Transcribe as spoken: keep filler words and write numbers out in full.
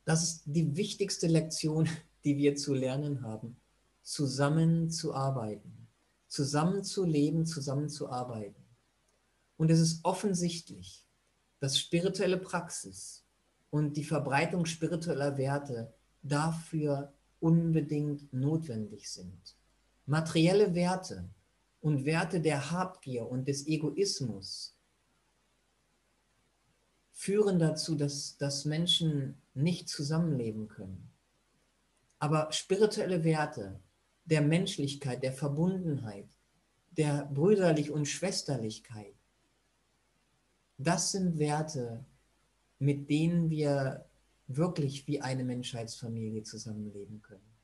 Das ist die wichtigste Lektion, die wir zu lernen haben, zusammenzuarbeiten, zusammenzuleben, zusammenzuarbeiten. Und es ist offensichtlich, dass spirituelle Praxis und die Verbreitung spiritueller Werte dafür unbedingt notwendig sind. Materielle Werte und Werte der Habgier und des Egoismus führen dazu, dass, dass Menschen nicht zusammenleben können. Aber spirituelle Werte der Menschlichkeit, der Verbundenheit, der Brüderlich- und Schwesterlichkeit, das sind Werte, mit denen wir wirklich wie eine Menschheitsfamilie zusammenleben können.